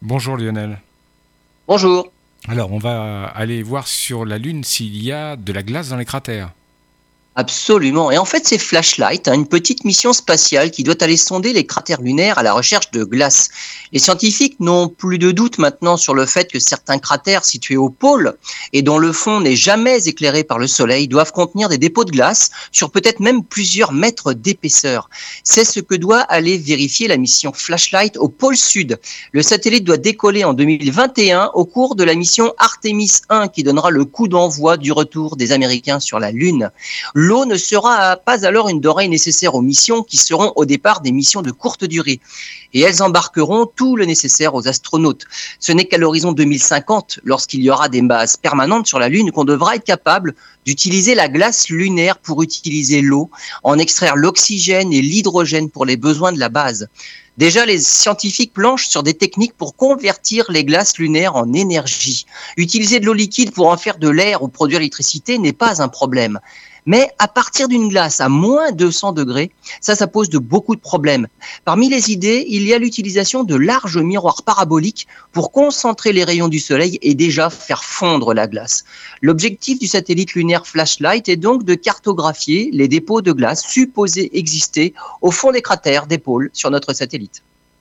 Bonjour Lionel. Bonjour. Alors, on va aller voir sur la Lune s'il y a de la glace dans les cratères. Absolument. Et en fait, c'est Flashlight, une petite mission spatiale qui doit aller sonder les cratères lunaires à la recherche de glace. Les scientifiques n'ont plus de doute maintenant sur le fait que certains cratères situés au pôle et dont le fond n'est jamais éclairé par le soleil doivent contenir des dépôts de glace sur peut-être même plusieurs mètres d'épaisseur. C'est ce que doit aller vérifier la mission Flashlight au pôle sud. Le satellite doit décoller en 2021 au cours de la mission Artemis 1 qui donnera le coup d'envoi du retour des Américains sur la Lune. L'eau ne sera pas alors une denrée nécessaire aux missions qui seront au départ des missions de courte durée. Et elles embarqueront tout le nécessaire aux astronautes. Ce n'est qu'à l'horizon 2050, lorsqu'il y aura des bases permanentes sur la Lune, qu'on devra être capable d'utiliser la glace lunaire pour utiliser l'eau, en extraire l'oxygène et l'hydrogène pour les besoins de la base. Déjà, les scientifiques planchent sur des techniques pour convertir les glaces lunaires en énergie. Utiliser de l'eau liquide pour en faire de l'air ou produire l'électricité n'est pas un problème. Mais à partir d'une glace à moins 200 degrés, ça pose beaucoup de problèmes. Parmi les idées, il y a l'utilisation de larges miroirs paraboliques pour concentrer les rayons du soleil et déjà faire fondre la glace. L'objectif du satellite lunaire Flashlight est donc de cartographier les dépôts de glace supposés exister au fond des cratères des pôles sur notre satellite.